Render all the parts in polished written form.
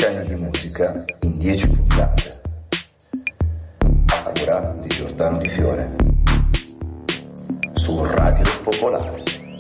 decenni di musica in 10 puntate. A cura di Giordano Di Fiore su Radio Popolare.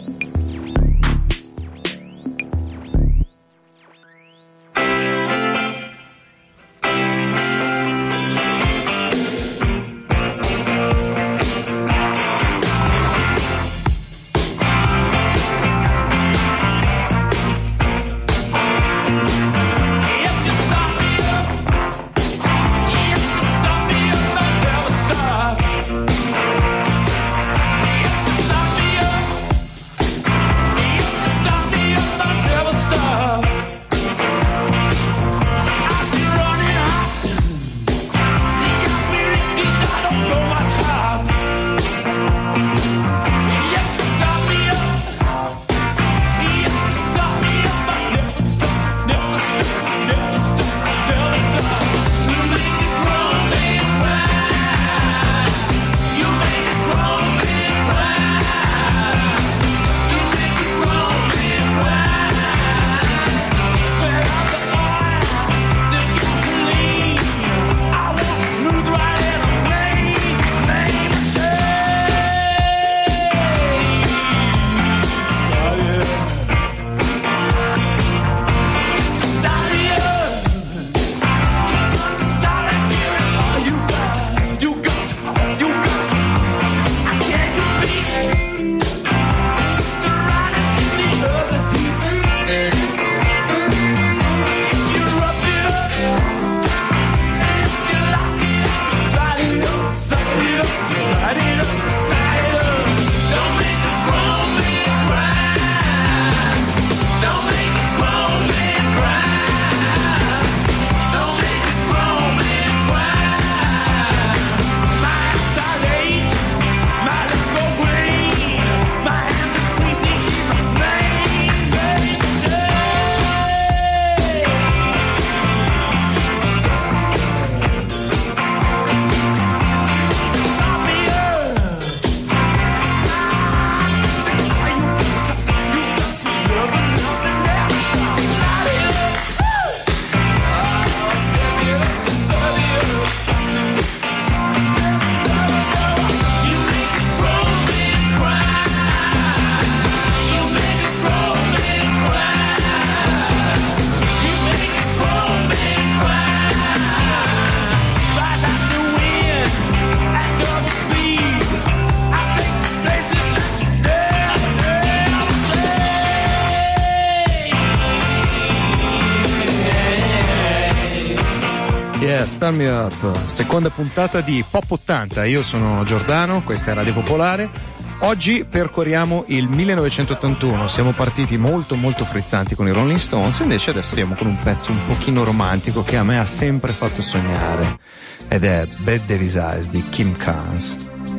Start Me Up, seconda puntata di Pop 80. Io sono Giordano, questa è Radio Popolare. Oggi percorriamo il 1981. Siamo partiti molto frizzanti con i Rolling Stones, invece adesso andiamo con un pezzo un pochino romantico che a me ha sempre fatto sognare, ed è Bad Days Eyes di Kim Carnes.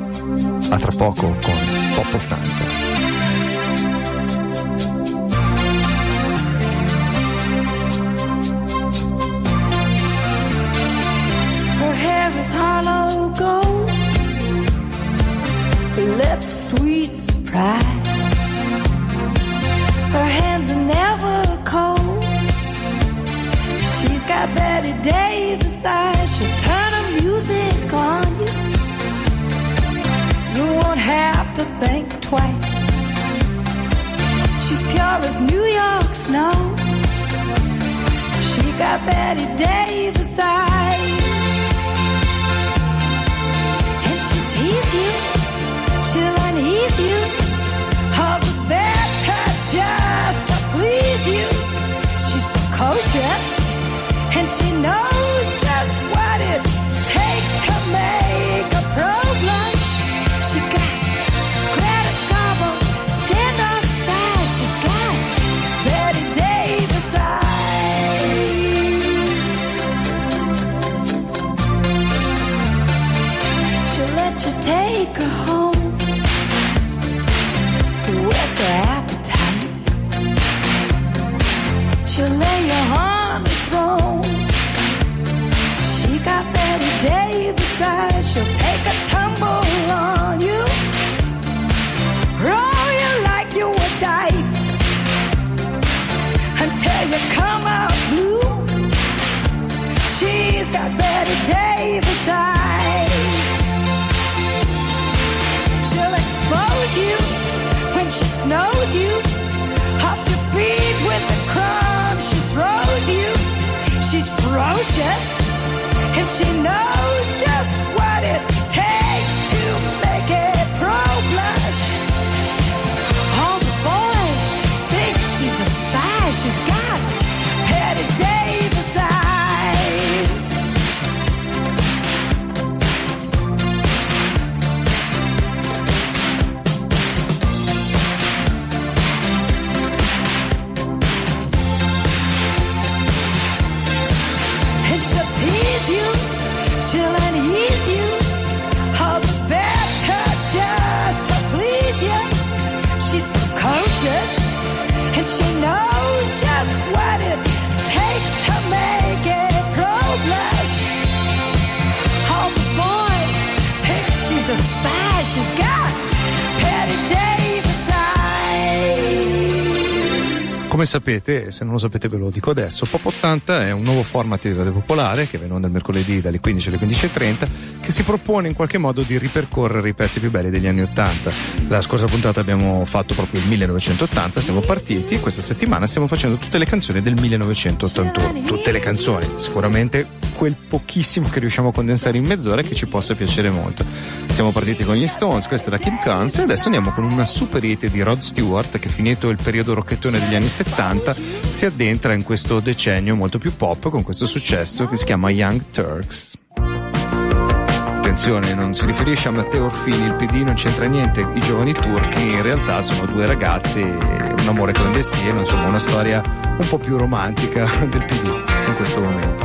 A tra poco con Pop 80. Lips sweet surprise. Her hands are never cold. She's got Betty Davis eyes. She'll turn her music on you. You won't have to think twice. She's pure as New York snow. She got Betty Davis eyes. And she'll tease you, she'll unease you, all the better just to please you. She's precocious, and she knows just what it takes to make a pro blush. She got Greta Garbo, stand on side. She's got Betty Davis eyes. precocious, and she knows just what it takes to make a pro blush. All the boys think she's a spy. She's got Patty Davis eyes. And she'll tease you, she'll unease you, all the better just to please you. She's precocious, and she knows just what it takes to make a pro blush. All the boys think she's a spy. She's got Patty Davis eyes. Come sapete, se non lo sapete ve lo dico adesso, Pop 80 è un nuovo format di Radio Popolare che viene onda il mercoledì dalle 15 alle 15:30, che si propone in qualche modo di ripercorrere i pezzi più belli degli anni 80. La scorsa puntata abbiamo fatto proprio il 1980, siamo partiti, questa settimana stiamo facendo tutte le canzoni del 1981. Tutte le canzoni, sicuramente quel pochissimo che riusciamo a condensare in mezz'ora che ci possa piacere molto. Siamo partiti con gli Stones, questa era Kim Carnes, e adesso andiamo con una super hit di Rod Stewart che, finito il periodo rocchettone degli anni 70, si addentra in questo decennio molto più pop con questo successo che si chiama Young Turks. Attenzione, non si riferisce a Matteo Orfini, il PD non c'entra niente, i giovani turchi in realtà sono due ragazzi, un amore clandestino, insomma una storia un po' più romantica del PD in questo momento.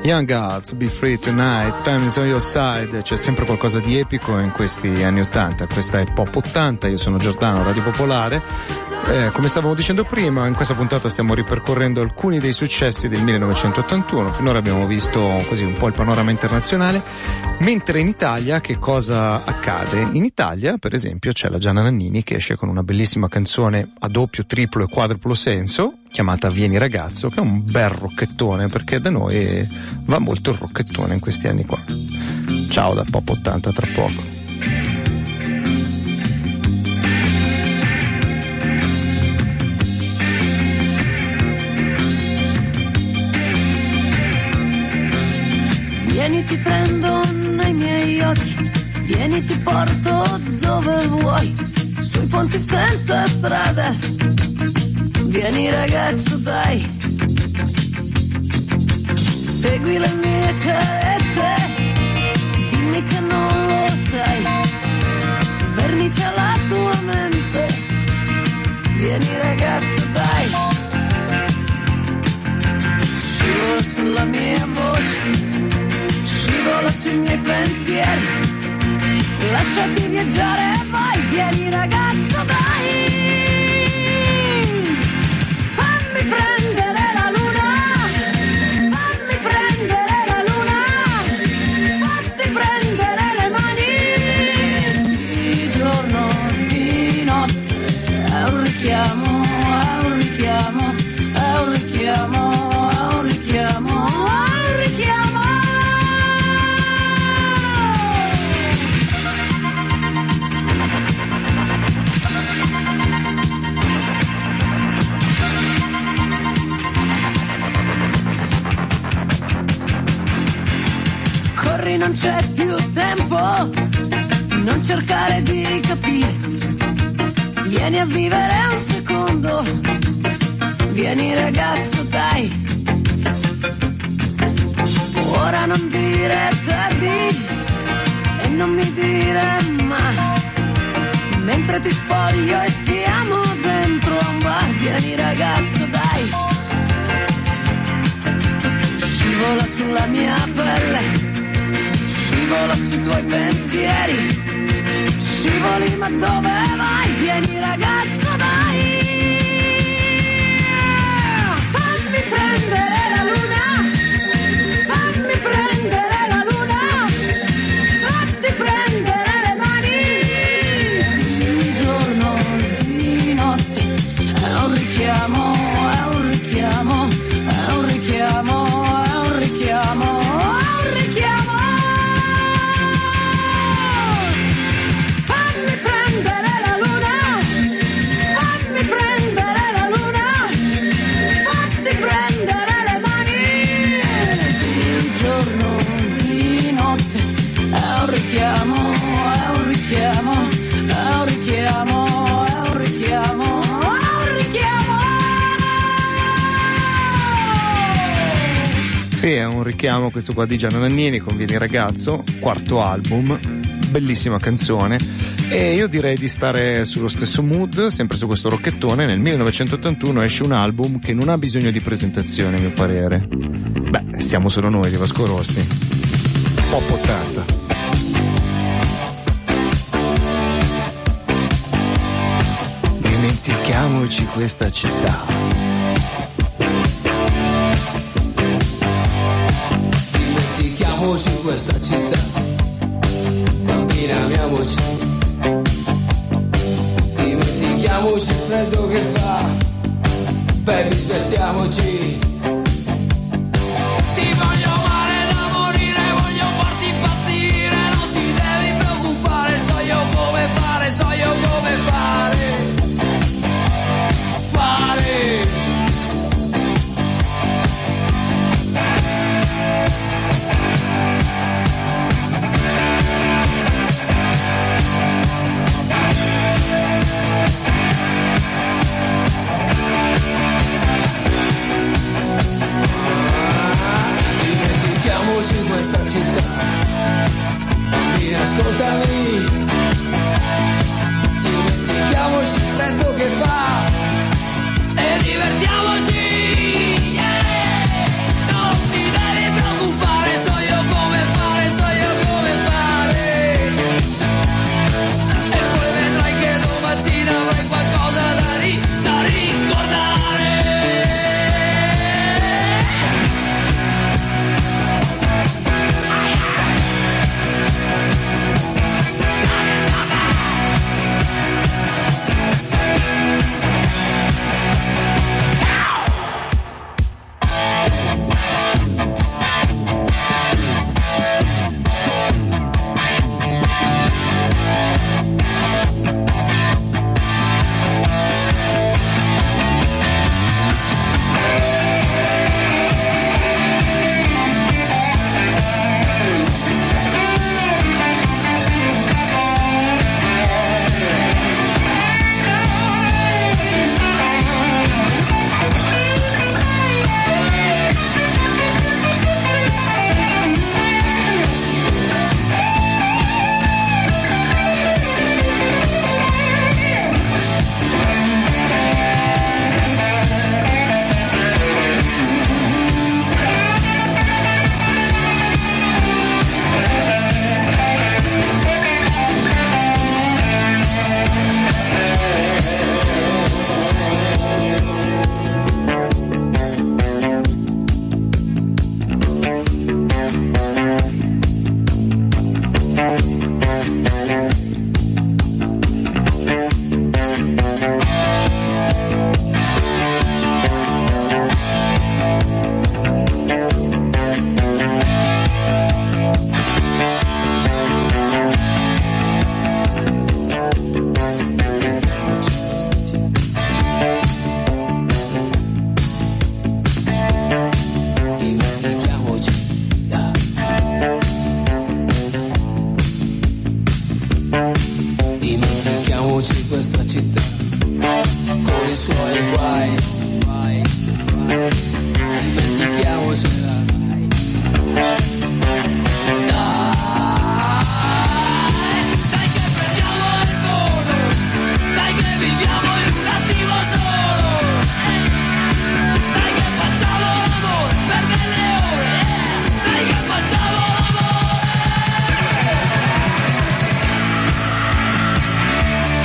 Young Hearts, Be Free Tonight, Time is on Your Side. C'è sempre qualcosa di epico in questi anni 80. Questa è Pop 80, io sono Giordano, Radio Popolare. Come stavamo dicendo prima, in questa puntata stiamo ripercorrendo alcuni dei successi del 1981. Finora abbiamo visto così un po' il panorama internazionale, mentre in Italia che cosa accade? In Italia, per esempio, c'è la Gianna Nannini che esce con una bellissima canzone a doppio, triplo e quadruplo senso chiamata Vieni ragazzo, che è un bel rocchettone, perché da noi va molto il rocchettone in questi anni qua. Ciao da Pop 80, tra poco. Vieni, ti prendo nei miei occhi, vieni, ti porto dove vuoi, sui ponti senza strade. Vieni ragazzo, dai, segui le mie carezze, dimmi che non lo sai, vernicia la tua mente. Vieni ragazzo, dai, scivola sulla mia voce, scivola sui miei pensieri, lasciati viaggiare, vai, vieni ragazzo, dai, fammi prendere la luna, fammi prendere la luna, fatti prendere le mani, di giorno, di notte, è un richiamo, è un richiamo, è un richiamo, è un richiamo, è un richiamo. Non c'è più tempo, non cercare di capire, vieni a vivere un secondo, vieni ragazzo, dai, ora non dire tardi e non mi dire mai, mentre ti spoglio e siamo dentro a un bar, vieni ragazzo, dai, scivola sulla mia pelle, scivolo sui tuoi pensieri, scivoli ma dove vai? Vieni ragazzo, dai, fammi prendere la luna, fammi prendere la luna, fatti prendere le mani, di giorno, di notte, è un richiamo, è un richiamo, è un richiamo, è un richiamo, è un richiamo. Sì, è un richiamo questo qua di Gianna Nannini con Vieni ragazzo, quarto album, bellissima canzone, e io direi di stare sullo stesso mood, sempre su questo rocchettone. Nel 1981 esce un album che non ha bisogno di presentazione, a mio parere. Beh, siamo solo noi di Vasco Rossi. Pop 80. Dimentichiamoci questa città. Dimentichiamoci questa città, bambina, amiamoci. Dimentichiamoci il freddo che fa, baby, svestiamoci. Ti voglio amare da morire, voglio farti impazzire, non ti devi preoccupare, so io come fare, so io come fare.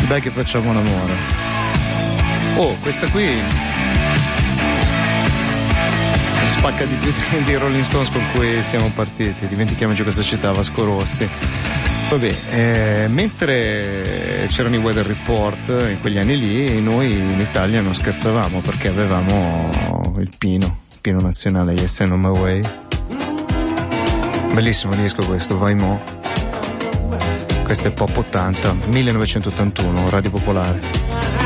Dai che facciamo l'amore. Oh, questa qui spacca di più dei Rolling Stones con cui siamo partiti. Dimentichiamoci questa città, Vasco Rossi. Vabbè, mentre c'erano i weather report in quegli anni lì, noi in Italia non scherzavamo perché avevamo il Pino nazionale, Yes and On My Way. Bellissimo disco questo, Vai Mo. Questo è Pop 80, 1981, Radio Popolare.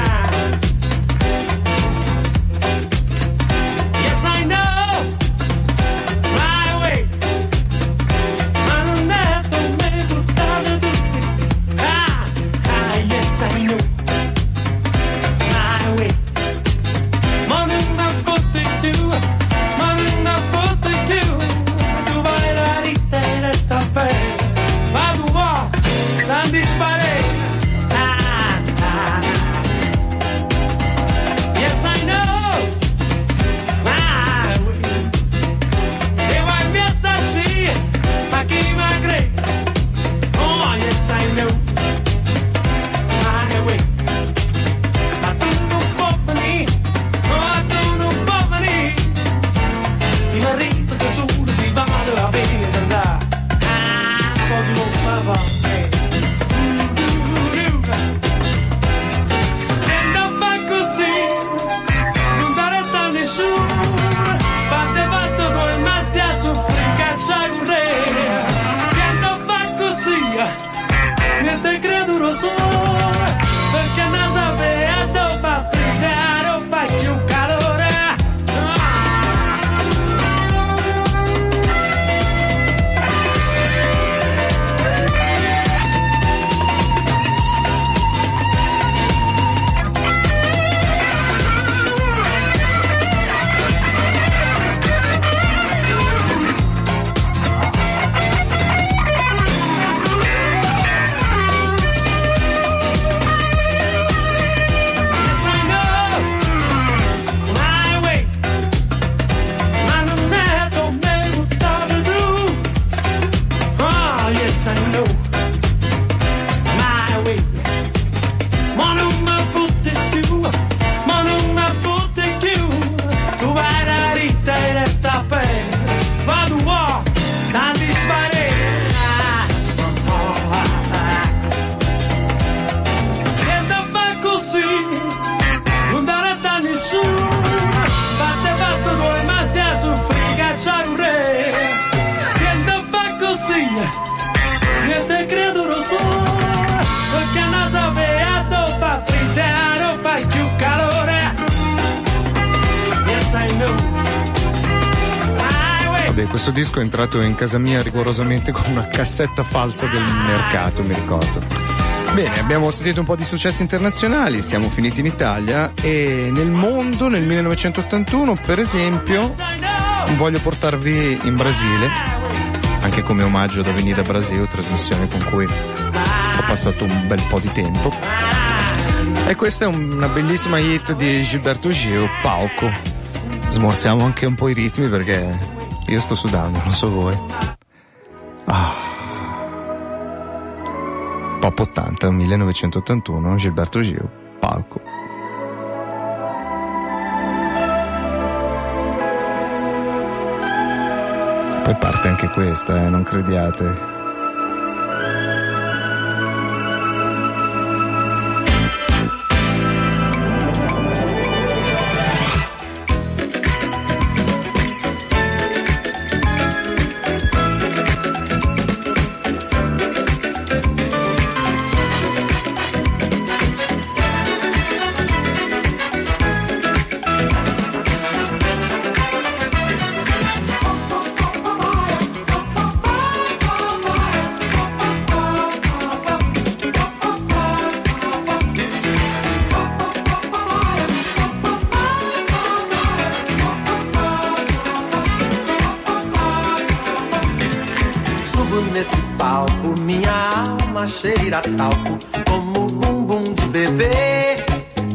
Questo disco è entrato in casa mia rigorosamente con una cassetta falsa del mercato, mi ricordo. Bene, abbiamo sentito un po' di successi internazionali, siamo finiti in Italia e nel mondo, nel 1981, per esempio, voglio portarvi in Brasile, anche come omaggio ad Avenida Brasil, trasmissione con cui ho passato un bel po' di tempo. E questa è una bellissima hit di Gilberto Gil, Palco. Smorziamo anche un po' i ritmi perché io sto sudando, non so voi. Pop 80, 1981, Gilberto Gil, Palco. Poi parte anche questa, non crediate. Cheira talco como bumbum de bebê,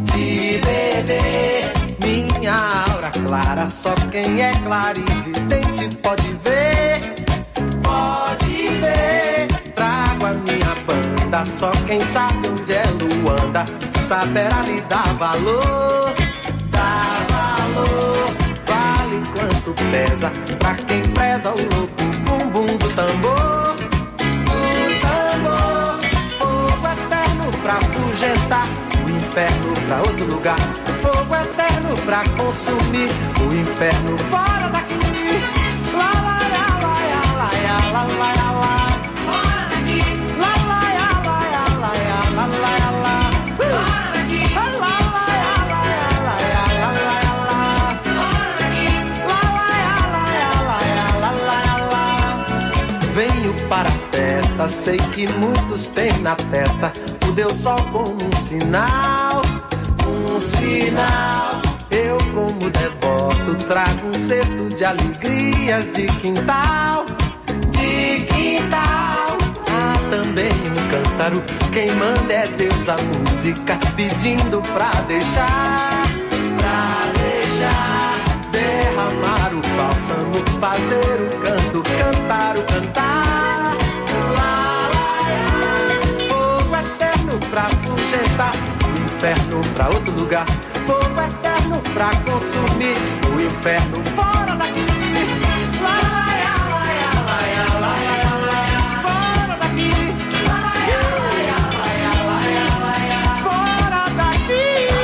minha aura clara, só quem é clarividente pode ver, trago a minha banda anda, só quem sabe onde é Luanda saberá lhe dar valor. Dá valor, vale quanto pesa pra quem preza o louco bumbum do tambor. O tambor, fogo eterno pra afugentar o inferno pra outro lugar. Fogo eterno pra consumir o inferno fora daqui. Lá, lá, lá, lá, lá, lá, lá, lá, lá. Fora daqui. Lá, lá, lá, lá, lá, lá, lá, lá, lá. Fora daqui. Lá, lá, lá, lá, lá, lá, lá, lá. Fora daqui. Lá, lá, lá, lá, lá, lá, lá. Venho para a festa, sei que muitos têm na testa o Deus Sol como um sinal. Um sinal, eu como devoto trago um cesto de alegrias de quintal. De quintal, há também um cântaro, quem manda é Deus a música, pedindo pra deixar. Pra deixar, derramar o bálsamo, fazer o canto, cantar o cantar. Lá, lá, lá, fogo eterno pra afugentar o inferno pra outro lugar. Fogo eterno pra consumir o inferno fora daqui. Lá, lá, lá, lá, lá, lá, lá, fora daqui. Lá, lá, lá, lá, lá, lá, fora daqui.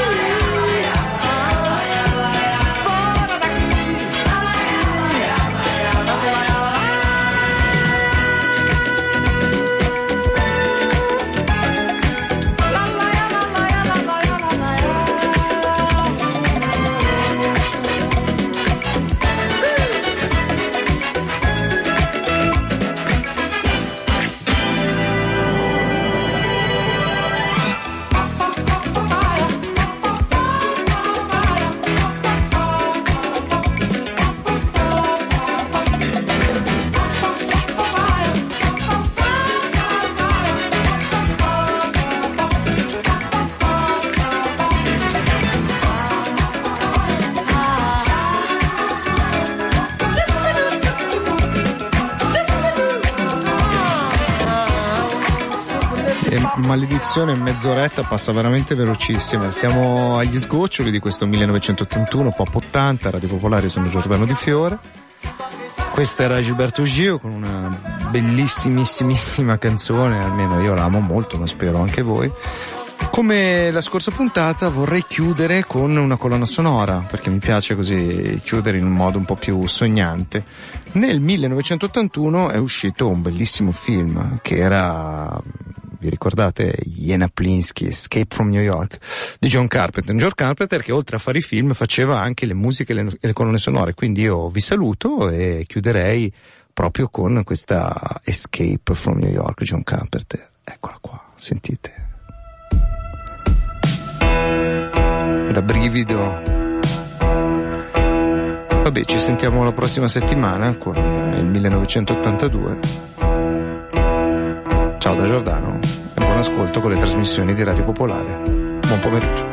Fora daqui. Maledizione, mezz'oretta passa veramente velocissima. Siamo agli sgoccioli di questo 1981, Pop 80, Radio Popolare, sono Giordano Di Fiore. Questa era Gilberto Gio con una bellissimissima canzone, almeno io la amo molto, ma spero anche voi. Come la scorsa puntata vorrei chiudere con una colonna sonora, perché mi piace così chiudere in un modo un po' più sognante. Nel 1981 è uscito un bellissimo film che era, vi ricordate, Jena Plinsky, Escape from New York, di John Carpenter. John Carpenter che oltre a fare i film faceva anche le musiche e le colonne sonore, quindi io vi saluto e chiuderei proprio con questa Escape from New York, John Carpenter. Eccola qua, sentite. Da brivido. Vabbè, ci sentiamo la prossima settimana con il 1982. Ciao da Giordano e buon ascolto con le trasmissioni di Radio Popolare. Buon pomeriggio.